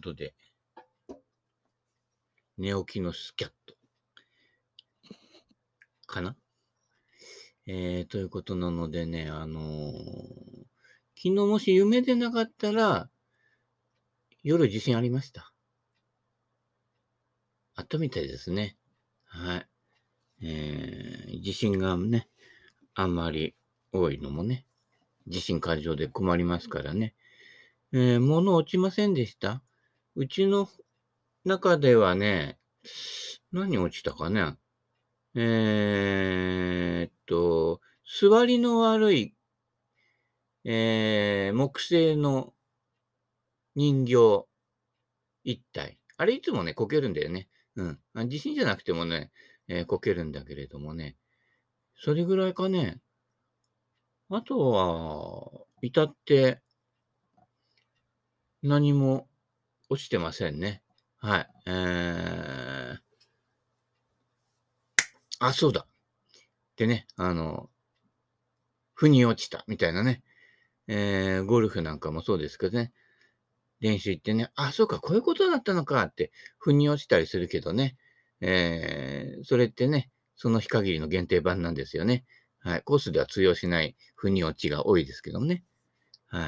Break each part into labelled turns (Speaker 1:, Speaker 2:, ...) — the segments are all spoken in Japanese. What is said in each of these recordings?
Speaker 1: ことで、寝起きのスキャットかなということなのでね、昨日もし夢でなかったら、夜地震ありました。あったみたいですね。はい。地震がね、あんまり多いのもね、地震過剰で困りますからね。物落ちませんでした。うちの中ではね、何落ちたかな。座りの悪い、木製の人形一体。あれいつもね、こけるんだよね。うん。地震じゃなくてもね、こけるんだけれどもね。それぐらいかね。あとは、至って何も落ちてませんね。はい。そうだ。でね、腑に落ちたみたいなね。ゴルフなんかもそうですけどね。練習行ってね、そうか、こういうことだったのかって腑に落ちたりするけどね。それってね、その日限りの限定版なんですよね。はい。コースでは通用しない腑に落ちが多いですけどもね。はい。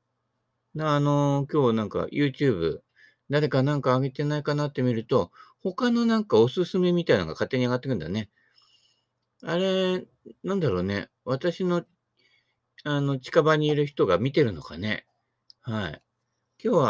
Speaker 1: 今日なんか YouTube、誰かなんか上げてないかなって見ると、他のなんかおすすめみたいなのが勝手に上がってくんだね。あれ、なんだろうね。私の、近場にいる人が見てるのかね。はい。今日は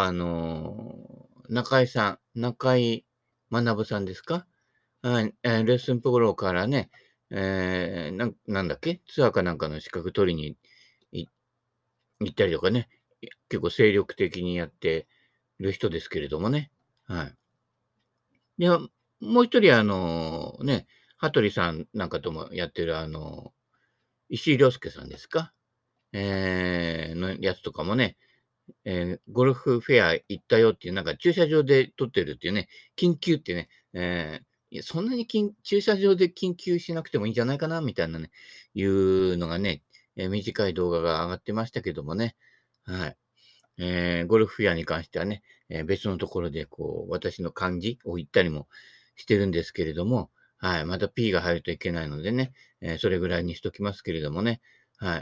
Speaker 1: 中井学さんですか？はい、レッスンプロからね、なんだっけ、ツアーかなんかの資格取りにい行ったりとかね、結構精力的にやってる人ですけれどもね。はい。で、もう一人羽鳥さんなんかともやってる石井亮介さんですか？のやつとかもね、ゴルフフェア行ったよっていう、なんか駐車場で撮ってるっていうね、緊急ってね、いや、そんなに駐車場で緊急しなくてもいいんじゃないかなみたいなね、いうのがね、短い動画が上がってましたけどもね。はい。ゴルフフェアに関してはね、別のところでこう、私の感じを言ったりもしてるんですけれども、はい。また P が入るといけないのでね、それぐらいにしときますけれどもね。はい。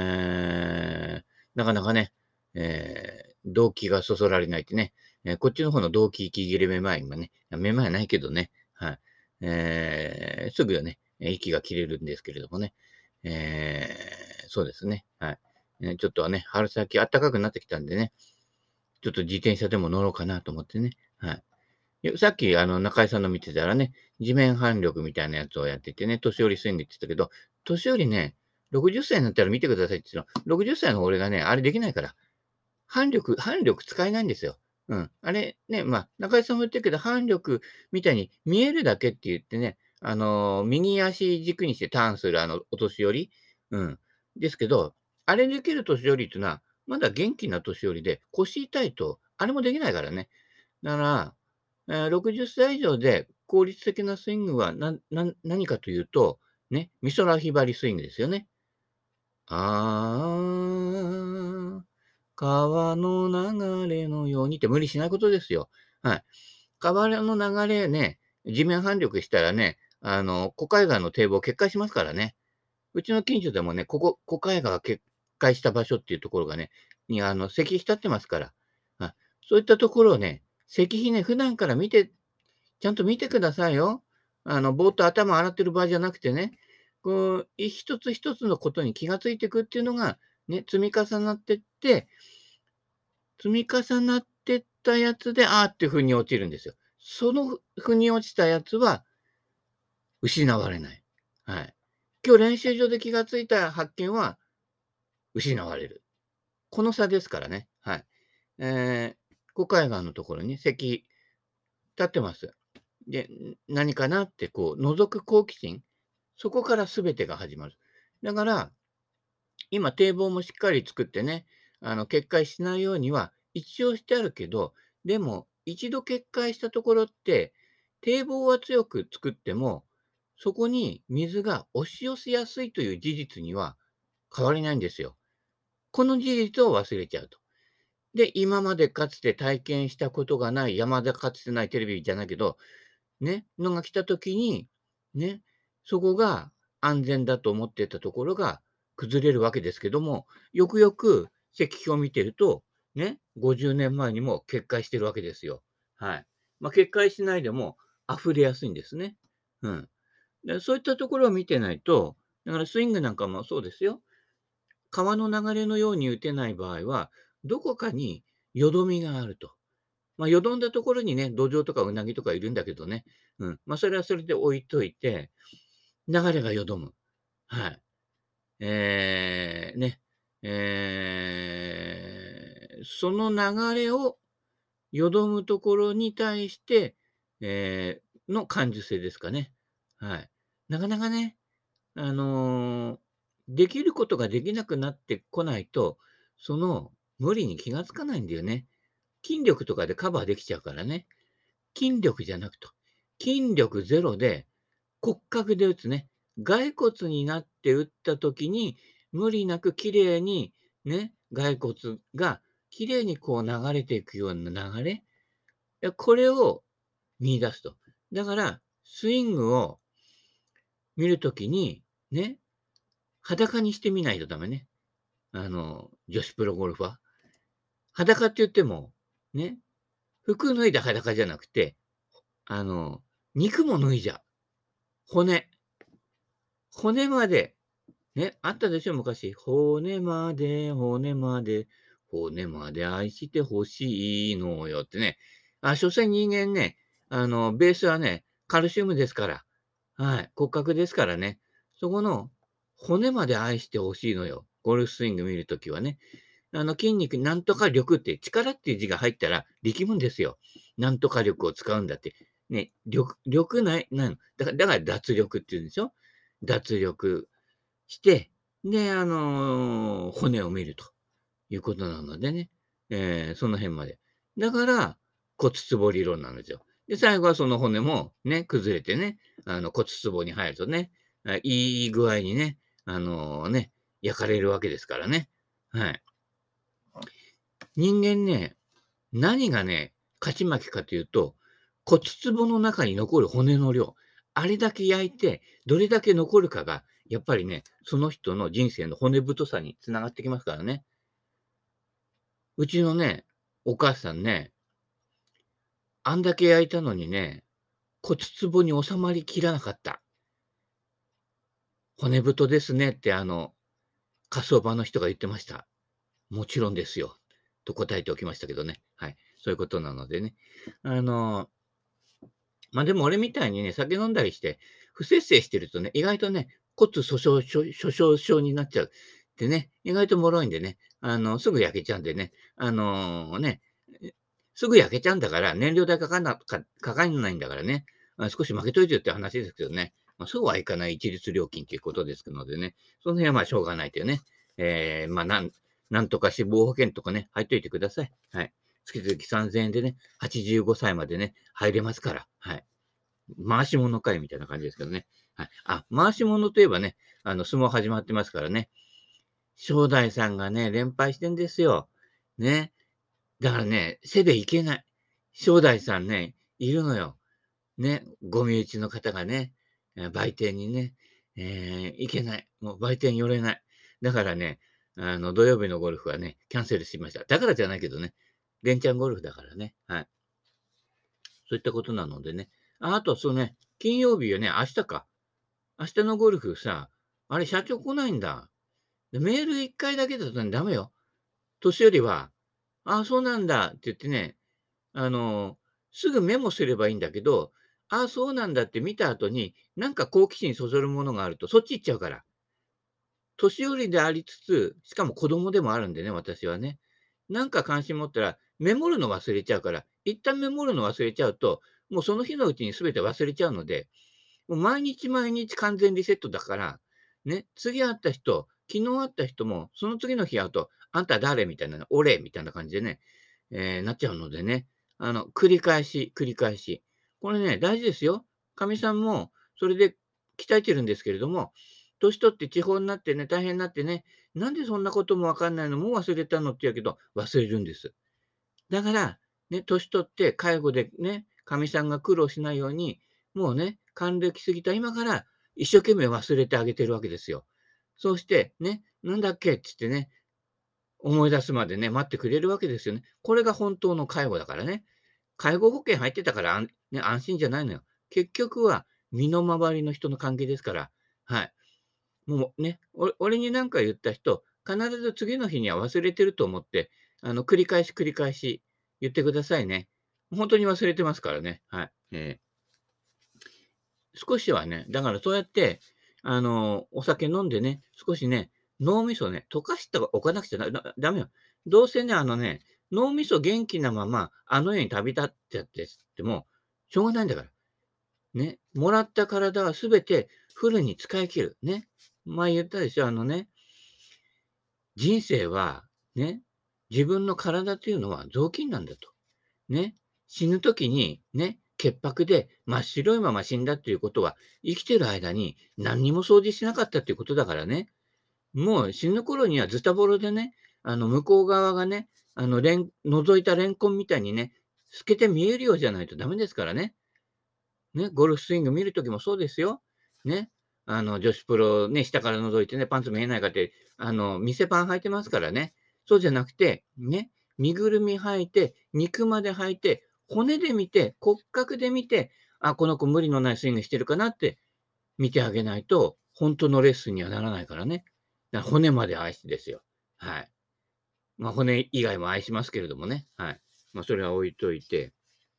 Speaker 1: なかなかね、動機がそそられないってね、こっちの方の動機息切れめまいがね、めまいはないけどね、はい。すぐね、息が切れるんですけれどもね。そうですね。はい。ちょっとはね、春先暖かくなってきたんでね、ちょっと自転車でも乗ろうかなと思ってね。はい。さっき中井さんの見てたらね、地面反力みたいなやつをやっててね、年寄りスイングって言ってたけど、年寄りね、60歳になったら見てくださいって言ってたの。60歳の俺がね、あれできないから。反力使えないんですよ。うん。あれね、中井さんも言ってるけど、反力みたいに見えるだけって言ってね、右足軸にしてターンするお年寄り。うん。ですけど、あれできる年寄りっていうのは、まだ元気な年寄りで、腰痛いと、あれもできないからね。だから、60歳以上で効率的なスイングは、何かというと、ね、美空ひばりスイングですよね。ああ、川の流れのようにって無理しないことですよ。はい。川の流れね、地面反力したらね、小海岸の堤防決壊しますからね。うちの近所でもね、小海岸が決壊した場所っていうところがね、石碑立ってますから。はい。そういったところをね、石碑ね、普段からちゃんと見てくださいよ。ぼーっと頭洗ってる場合じゃなくてね、こう、一つ一つのことに気がついていくっていうのが、ね、積み重なってったやつで、っていう風に落ちるんですよ。その腑に落ちたやつは失われない。はい。今日練習場で気がついた発見は失われる。この差ですからね。はい。小海岸のところに石碑立ってます。で、何かなってこう覗く好奇心、そこから全てが始まる。だから、今堤防もしっかり作ってね、決壊しないようには一応してあるけど、でも一度決壊したところって、堤防は強く作っても、そこに水が押し寄せやすいという事実には変わりないんですよ。この事実を忘れちゃうと。 で、今までかつて体験したことがない、山でかつてないテレビじゃないけど、ね、のが来た時に、ね、そこが安全だと思ってたところが崩れるわけですけども、よくよく石碑を見てると、ね、50年前にも決壊してるわけですよ。はい。決壊しないでも溢れやすいんですね。うん。で、そういったところを見てないと、だからスイングなんかもそうですよ。川の流れのように打てない場合は、どこかによどみがあると。よどんだところにね、ドジョウとかウナギとかいるんだけどね。うん。それはそれで置いといて、流れがよどむ。はい。ね。その流れをよどむところに対して、の感受性ですかね。はい。なかなかね、あの、できることができなくなってこないと、その無理に気がつかないんだよね。筋力とかでカバーできちゃうからね。筋力じゃなくと、筋力ゼロで骨格で打つね。骸骨になって打った時に、無理なく綺麗にね、骸骨が綺麗にこう流れていくような流れ、これを見出すと。だから、スイングを見るときに、ね、裸にしてみないとダメね。女子プロゴルファー。裸って言っても、ね、服脱いだ裸じゃなくて、あの、肉も脱いじゃう。骨。骨まで、ね、あったでしょ、昔。骨まで、骨まで、骨まで愛してほしいのよってね。所詮人間ね、ベースはね、カルシウムですから。はい、骨格ですからね。そこの骨まで愛してほしいのよ。ゴルフスイング見るときはね。筋肉なんとか力って、力っていう字が入ったら力むんですよ。なんとか力を使うんだって。ね、ないの。だから脱力って言うんでしょ。脱力して、で、骨を見るということなのでね。その辺まで。だから、骨壺理論なんですよ。で、最後はその骨もね、崩れてね、骨壺に入るとね、いい具合にね、焼かれるわけですからね。はい。人間ね、何がね、勝ち負けかというと、骨壺の中に残る骨の量、あれだけ焼いて、どれだけ残るかが、やっぱりね、その人の人生の骨太さに繋がってきますからね。うちのね、お母さんね、あんだけ焼いたのにね、骨壺に収まりきらなかった。骨太ですねって火葬場の人が言ってました。もちろんですよ。と答えておきましたけどね。はい。そういうことなのでね。あのでも俺みたいにね、酒飲んだりして、不摂生してるとね、意外とね、骨粗しょう症になっちゃう。でね、意外と脆いんでね、すぐ焼けちゃうんでね、すぐ焼けちゃうんだから、燃料代かかんないんだからね、少し負けといてよって話ですけどね、そうはいかない一律料金ということですのでね、その辺はしょうがないというね、なんとか死亡保険とかね、入っといてください。はい。月々3000円でね、85歳までね、入れますから。はい。回し物会みたいな感じですけどね。はい。回し物といえばね、相撲始まってますからね。正代さんがね、連敗してんですよ。ね。だからね、背でいけない。正代さんね、いるのよ。ね、ご身内の方がね、売店にね、行けない。もう売店寄れない。だからね、土曜日のゴルフはね、キャンセルしました。だからじゃないけどね、連チャンゴルフだからね。はい。そういったことなのでね。あとそうね、金曜日はね、明日か。明日のゴルフさ、あれ社長来ないんだ。でメール1回だけだとね、ダメよ。年寄りは、そうなんだって言ってね、あの、すぐメモすればいいんだけど、そうなんだって見た後に、なんか好奇心そそるものがあると、そっち行っちゃうから。年寄りでありつつ、しかも子供でもあるんでね、私はね。なんか関心持ったら、メモるの忘れちゃうから、一旦メモるの忘れちゃうと、もうその日のうちに全て忘れちゃうので、もう毎日毎日完全リセットだから、ね、次会った人、昨日会った人も、その次の日会うと、あんた誰みたいな、俺みたいな感じでね、なっちゃうのでね、繰り返し、繰り返し。これね、大事ですよ。かみさんも、それで鍛えてるんですけれども、年取って地方になってね、大変になってね、なんでそんなこともわかんないの、もう忘れたのって言うけど、忘れるんです。 だから、ね、年取って介護でね、かみさんが苦労しないように、もうね、還暦過ぎた今から一生懸命忘れてあげてるわけですよ。そうして、ね、なんだっけっつってね、思い出すまでね、待ってくれるわけですよね。これが本当の介護だからね。介護保険入ってたからね、安心じゃないのよ。結局は身の回りの人の関係ですから。はい。もうね、俺に何か言った人、必ず次の日には忘れてると思って、繰り返し繰り返し言ってくださいね。本当に忘れてますからね。はい。少しはね、だからそうやって、お酒飲んでね、少しね、脳みそね、溶かしておかなくちゃダメよ。どうせね、脳みそ元気なまま、あの世に旅立っちゃっても、しょうがないんだから。ね。もらった体はすべてフルに使い切る。ね。前言ったでしょ、人生は、ね、自分の体というのは雑巾なんだと。ね。死ぬ時に、ね、潔白で真っ白いまま死んだっていうことは、生きてる間に何にも掃除しなかったっていうことだからね。もう死ぬ頃にはズタボロでね、向こう側がね、覗いたレンコンみたいにね、透けて見えるようじゃないとダメですからね。ね、ゴルフスイング見るときもそうですよ。ね。女子プロね、下から覗いてね、パンツ見えないかって、店パン履いてますからね。そうじゃなくて、ね、身ぐるみ履いて、肉まで履いて、骨で見て、骨格で見て、あ、この子無理のないスイングしてるかなって見てあげないと、本当のレッスンにはならないからね。骨まで愛してですよ。はい。まあ、骨以外も愛しますけれどもね。はい。まあ、それは置いといて、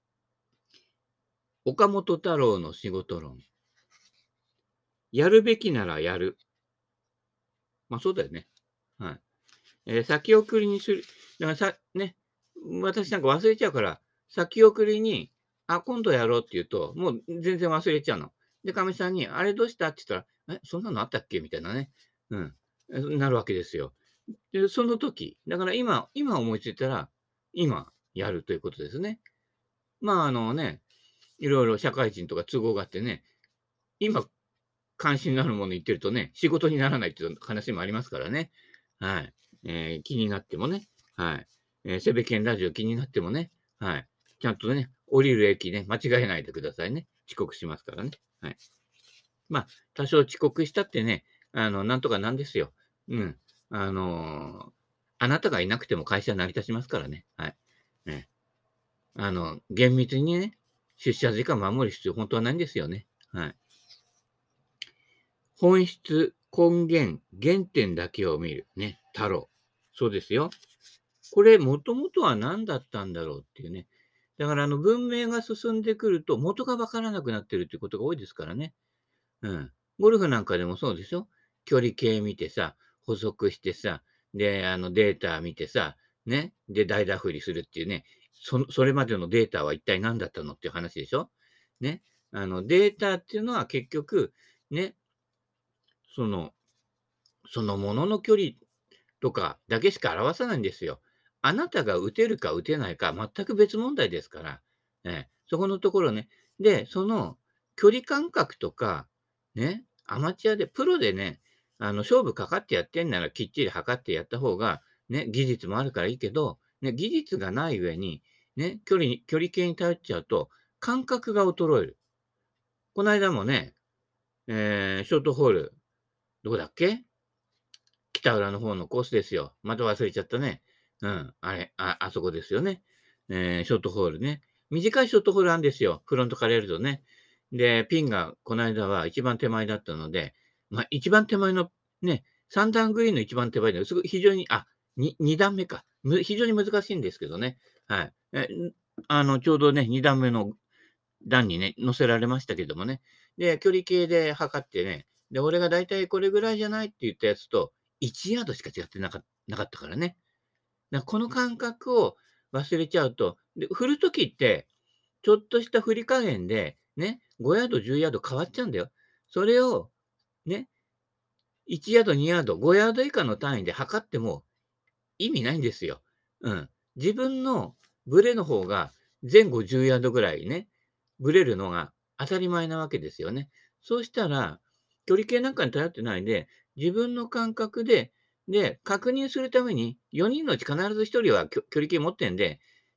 Speaker 1: 岡本太郎の仕事論。やるべきならやる。ま、そうだよね。はい。先送りにする。だからね、私なんか忘れちゃうから、先送りに、あ、今度やろうって言うと、もう全然忘れちゃうの。で、かみさんに、あれどうしたって言ったら、そんなのあったっけみたいなね。うん。なるわけですよ。で、その時、だから今思いついたら、今やるということですね。まあ、いろいろ社会人とか都合があってね、今関心のあるもの言ってるとね、仕事にならないっていう話もありますからね。はい。気になってもね、はい。セベケンラジオ気になってもね、はい。ちゃんとね、降りる駅ね、間違えないでくださいね。遅刻しますからね。はい。まあ、多少遅刻したってね、なんとかなんですよ。うん。あなたがいなくても会社成り立ちますからね。はい。ね。厳密にね、出社時間守る必要、本当はないんですよね。はい。本質、根源、原点だけを見る。ね、太郎。そうですよ。これ、もともとは何だったんだろうっていうね。だから、文明が進んでくると、元がわからなくなってるっていうことが多いですからね。うん。ゴルフなんかでもそうでしょ。距離計見てさ、補足してさ、で、データ見てさ、ね。で、代打振りするっていうね。それまでのデータは一体何だったのっていう話でしょ。ね。データっていうのは結局、ね、その、そのものの距離とかだけしか表さないんですよ。あなたが打てるか打てないか全く別問題ですから。そこのところね。で、その距離感覚とか、ね、アマチュアで、プロでね、勝負かかってやってんならきっちり測ってやった方が、ね、技術もあるからいいけど、ね、技術がない上に、ね、距離計に頼っちゃうと、感覚が衰える。この間もね、ショートホール、どこだっけ北浦の方のコースですよ。また忘れちゃったね。うん、あそこですよね。ショートホールね。短いショートホールあるんですよ。フロントからやるとね。で、ピンがこの間は一番手前だったので、まあ、一番手前のね、3段グリーンの一番手前で、非常に、2段目か。非常に難しいんですけどね。はい。ちょうどね、2段目の段にね、乗せられましたけどもね。で、距離計で測ってね、で、俺がだいたいこれぐらいじゃないって言ったやつと、1ヤードしか違ってなかったからね。この感覚を忘れちゃうと、で、振るときって、ちょっとした振り加減で、ね、5ヤード、10ヤード変わっちゃうんだよ。それを、ね、1ヤード、2ヤード、5ヤード以下の単位で測っても意味ないんですよ。うん。自分のブレの方が前後10ヤードぐらいね、ブレるのが当たり前なわけですよね。そうしたら、距離計なんかに頼ってないで、自分の感覚で、確認するために4人のうち必ず1人は距離計持ってんで、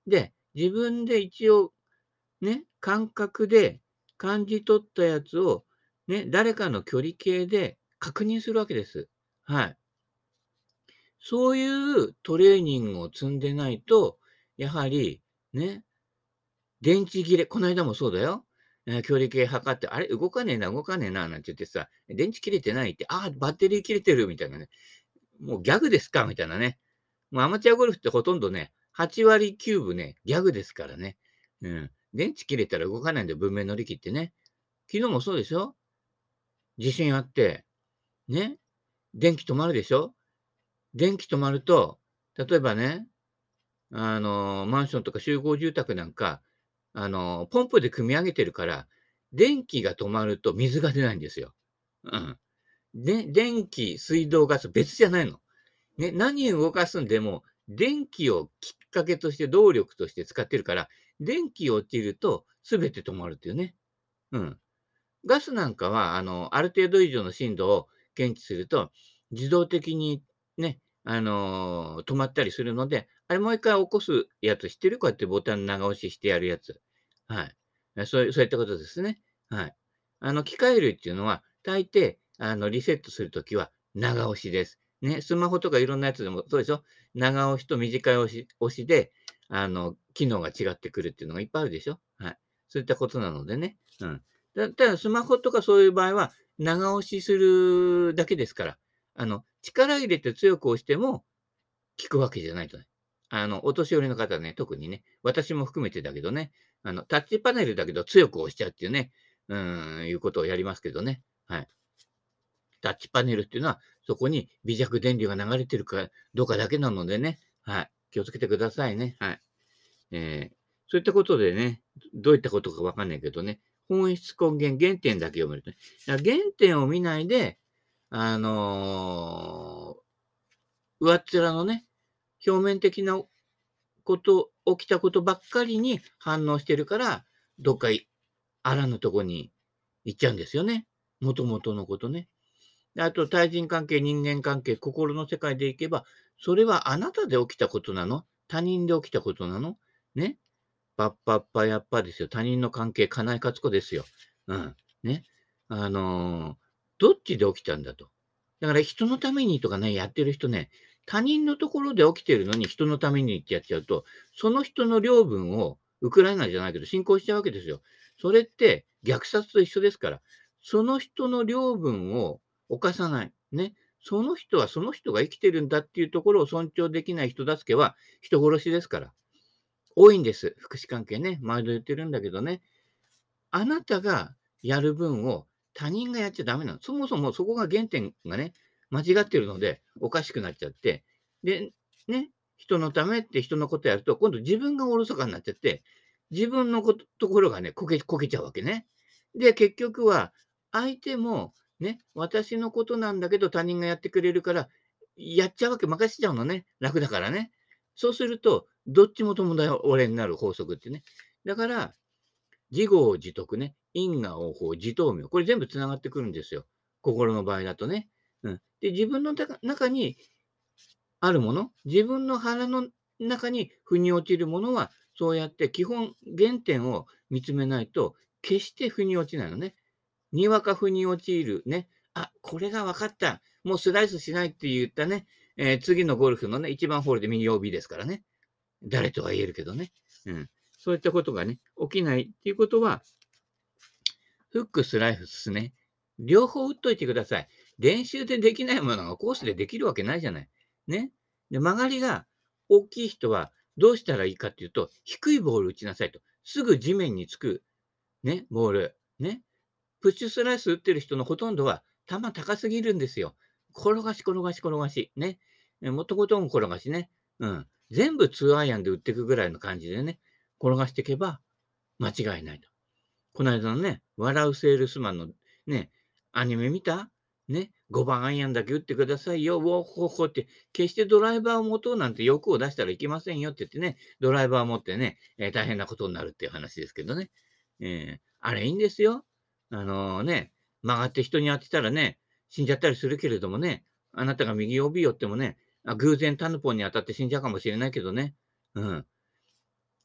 Speaker 1: で、自分で一応ね、感覚で感じ取ったやつを、ね、誰かの距離計で確認するわけです。はい。そういうトレーニングを積んでないと、やはり、ね、電池切れ、この間もそうだよ。距離計測って、あれ、動かねえな、動かねえな、なんて言ってさ、電池切れてないって、ああ、バッテリー切れてるみたいなね。もうギャグですかみたいなね。もうアマチュアゴルフってほとんどね、8割9分ね、ギャグですからね。うん。電池切れたら動かないんだよ、文明乗り切ってね。昨日もそうでしょ？地震あって、ね、電気止まるでしょ？電気止まると、例えばね、マンションとか集合住宅なんか、ポンプで組み上げてるから、電気が止まると水が出ないんですよ。うん。で、電気、水道、ガス別じゃないの。ね、何を動かすんでも、電気をきっかけとして動力として使ってるから、電気落ちると全て止まるっていうね。うん。ガスなんかは、ある程度以上の振動を検知すると、自動的にね、止まったりするので、あれもう一回起こすやつ知ってる？こうやってボタン長押ししてやるやつ。はい。そういったことですね。はい。機械類っていうのは、大抵、リセットするときは長押しです。ね、スマホとかいろんなやつでもそうでしょ？長押しと短い押しで、機能が違ってくるっていうのがいっぱいあるでしょ？はい。そういったことなのでね。うん。ただスマホとかそういう場合は、長押しするだけですから、力入れて強く押しても効くわけじゃないとね。お年寄りの方ね、特にね、私も含めてだけどね、タッチパネルだけど強く押しちゃうっていうね、いうことをやりますけどね。はい。タッチパネルっていうのは、そこに微弱電流が流れてるかどうかだけなのでね、はい。気をつけてくださいね。はい。そういったことでね、どういったことかわかんないけどね、本質根源、原点だけ読めるとね。だから原点を見ないで、あの上っ面のね、表面的なこと、起きたことばっかりに反応してるから、どっかあらぬとこに行っちゃうんですよね。もともとのことね。であと、対人関係、人間関係、心の世界でいけば、それはあなたで起きたことなの？他人で起きたことなの？ね。パッパッパやっぱですよ。他人の関係、金井勝子ですよ。うん。ね。あの、どっちで起きたんだと。だから人のためにとかね、やってる人ね、他人のところで起きてるのに人のためにってやっちゃうと、その人の領分をウクライナじゃないけど侵攻しちゃうわけですよ。それって虐殺と一緒ですから、その人の領分を犯さない。ね。その人はその人が生きてるんだっていうところを尊重できない人助けは人殺しですから。多いんです。福祉関係ね。毎度言ってるんだけどね。あなたがやる分を他人がやっちゃダメなの。そもそもそこが原点がね、間違ってるので、おかしくなっちゃって、で、ね、人のためって人のことやると、今度自分がおろそかになっちゃって、自分のところがね、こけちゃうわけね。で、結局は、相手も、ね、私のことなんだけど他人がやってくれるから、やっちゃうわけ、任せちゃうのね。楽だからね。そうすると、どっちも友達俺になる法則ってね。だから、自業自得ね、因果応報、自灯明。これ全部繋がってくるんですよ。心の場合だとね。うん。で、自分の中にあるもの、自分の腹の中に腑に落ちるものは、そうやって基本、原点を見つめないと、決して腑に落ちないのね。にわか腑に陥るね。あ、これが分かった。もうスライスしないって言ったね。次のゴルフのね、1番ホールで右 OB ですからね。誰とは言えるけどね。うん。そういったことがね、起きないっていうことは、フックスライフスね。両方打っといてください。練習でできないものがコースでできるわけないじゃない。ね。で、曲がりが大きい人はどうしたらいいかっていうと、低いボール打ちなさいと。すぐ地面につく、ね、ボール。ね。プッシュスライス打ってる人のほとんどは、球高すぎるんですよ。転がし転がし転がし。ね。もっとことん転がしね。うん。全部2アイアンで打っていくぐらいの感じでね、転がしていけば間違いないと。この間のね、笑うセールスマンのね、アニメ見た？ね、5番アイアンだけ打ってくださいよ、ウォーホーホーって、決してドライバーを持とうなんて欲を出したらいけませんよって言ってね、ドライバーを持ってね、大変なことになるっていう話ですけどね。あれいいんですよ。ね、曲がって人に当てたらね、死んじゃったりするけれどもね、あなたが右 OB 寄ってもね、偶然タヌポンに当たって死んじゃうかもしれないけどね。うん。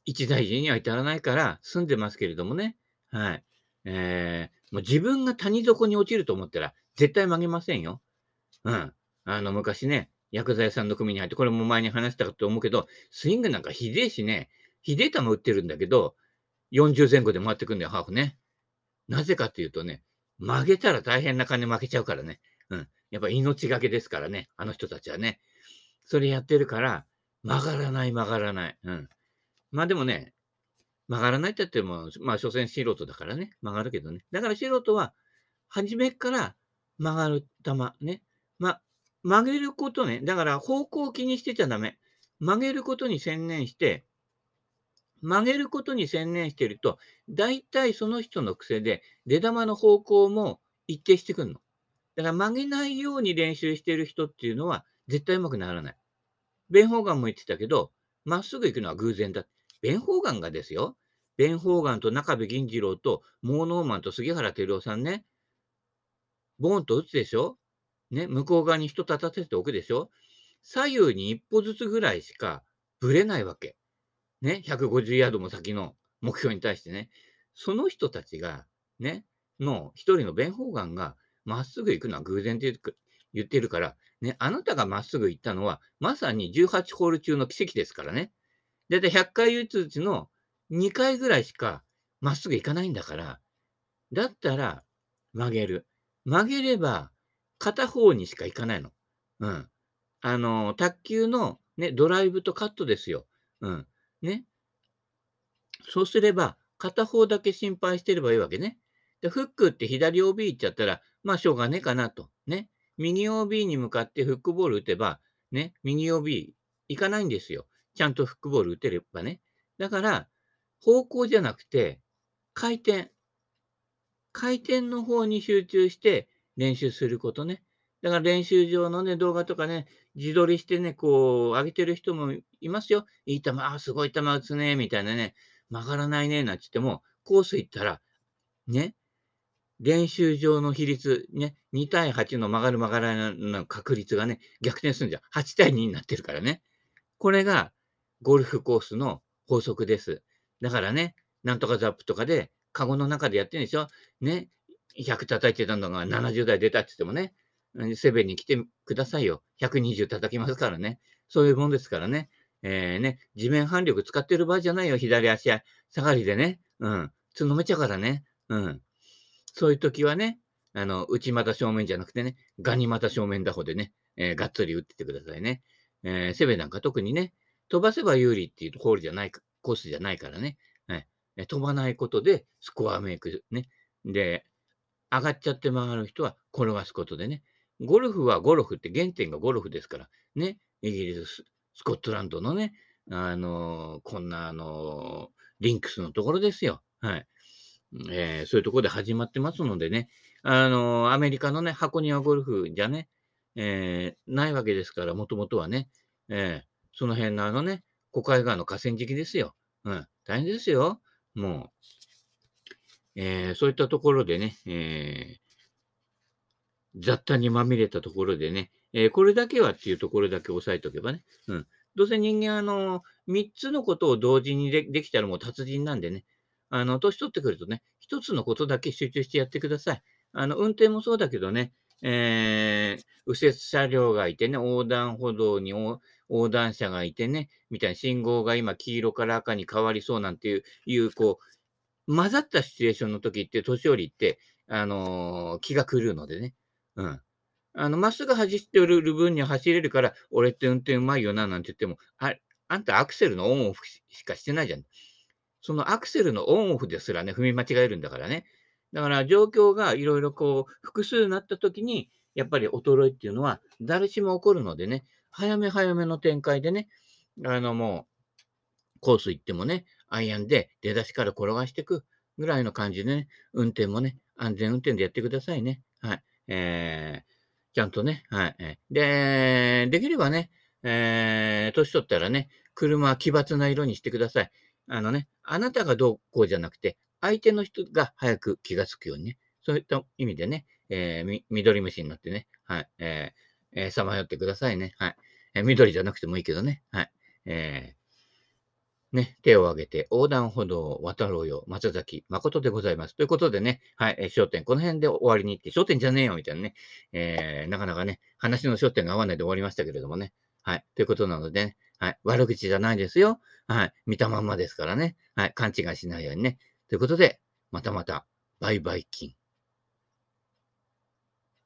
Speaker 1: 一大事には至らないから済んでますけれどもね。はい。もう自分が谷底に落ちると思ったら、絶対曲げませんよ。うん。昔ね、薬剤さんの組に入って、これも前に話したかと思うけど、スイングなんかひでえしね、ひでえ球打ってるんだけど、40前後で回ってくんだよ、ハーフね。なぜかっていうとね、曲げたら大変な金負けちゃうからね。うん。やっぱ命がけですからね、あの人たちはね。それやってるから、曲がらない曲がらない。うん。でもね、曲がらないって言っても、所詮素人だからね、曲がるけどね。だから素人は、初めっから曲がる球、ね。ま、曲げることね、だから方向を気にしてちゃダメ。曲げることに専念して、曲げることに専念してると、大体その人の癖で、出玉の方向も一定してくんの。だから曲げないように練習してる人っていうのは、絶対上手くならない。ベン・ホーガンも言ってたけど、まっすぐ行くのは偶然だ。ベン・ホーガンがですよ。ベン・ホーガンと中部銀次郎とモーノーマンと杉原照夫さんね、ボーンと打つでしょ。ね、向こう側に人立たせておくでしょ。左右に一歩ずつぐらいしかぶれないわけ。ね、150ヤードも先の目標に対してね。その人たちが、ね、一人のベン・ホーガンがまっすぐ行くのは偶然って言ってるから、ね、あなたがまっすぐ行ったのは、まさに18ホール中の奇跡ですからね。だいたい100回打つうちの2回ぐらいしかまっすぐ行かないんだから、だったら曲げる。曲げれば片方にしか行かないの。うん。卓球のね、ドライブとカットですよ。うん。ね。そうすれば、片方だけ心配してればいいわけね。で、フックって左 OB 行っちゃったら、しょうがねえかなと。ね。右 OB に向かってフックボール打てば、ね、右 OB 行かないんですよ。ちゃんとフックボール打てればね。だから、方向じゃなくて、回転。回転の方に集中して練習することね。だから練習場のね、動画とかね、自撮りしてね、こう、上げてる人もいますよ。いい球、すごい球打つね、みたいなね、曲がらないね、なんて言っても、コース行ったら、ね、練習場の比率、ね、2対8の曲がる曲がらないの確率がね、逆転するんじゃん。8対2になってるからね。これがゴルフコースの法則です。だからね、なんとかザップとかで、カゴの中でやってるんでしょ。ね、100叩いてたのが70台出たって言ってもね、セベンに来てくださいよ。120叩きますからね。そういうもんですからね。地面反力使ってる場合じゃないよ。左足下がりでね。うん。飲めちゃうからね。うん。そういう時はね、内股正面じゃなくてね、ガニ股正面打法でね、がっつり打っててくださいね。セベなんか特にね、飛ばせば有利っていうホールじゃないかコースじゃないからね。はい。飛ばないことでスコアメイクね。で、上がっちゃって曲がる人は転がすことでね。ゴルフはゴルフって原点がゴルフですから。ね。イギリス、スコットランドのね、こんなリンクスのところですよ。はい。そういうところで始まってますのでね、アメリカのね、箱庭ゴルフじゃね、ないわけですから、もともとはね、その辺の小海岸の河川敷ですよ。うん、大変ですよ。もう、そういったところでね、雑多にまみれたところでね、これだけはっていうところだけ押さえておけばね、うん。どうせ人間3つのことを同時にできたらもう達人なんでね、年取ってくるとね、1つのことだけ集中してやってください。運転もそうだけどね、右折車両がいてね、横断歩道に横断者がいてね、みたいな信号が今黄色から赤に変わりそうなんていうこ混ざったシチュエーションの時って、年寄りって、気が狂うのでね。うん。まっすぐ走ってる分には走れるから、俺って運転うまいよななんて言っても、あんたアクセルのオンオフしかしてないじゃん。そのアクセルのオンオフですらね、踏み間違えるんだからね。だから状況がいろいろこう、複数になった時に、やっぱり衰えっていうのは誰しも起こるのでね、早め早めの展開でね、もうコース行ってもね、アイアンで出だしから転がしていくぐらいの感じでね、運転もね、安全運転でやってくださいね。はい。ちゃんとね、はい。できればね、年取ったらね、車は奇抜な色にしてください。あなたがどうこうじゃなくて、相手の人が早く気がつくようにね、そういった意味でね、緑虫になってね、はい、さまよってくださいね。はい。緑じゃなくてもいいけどね。はい。 ね、手を挙げて横断歩道を渡ろうよ、松崎誠でございます。ということでね、はい、焦点、この辺で終わりに行って、焦点じゃねえよみたいなね、なかなかね、話の焦点が合わないで終わりましたけれどもね。はい、ということなのでね、はい、悪口じゃないですよ。はい、見たまんまですからね。はい、勘違いしないようにね。ということで、またまた、バイバイキン。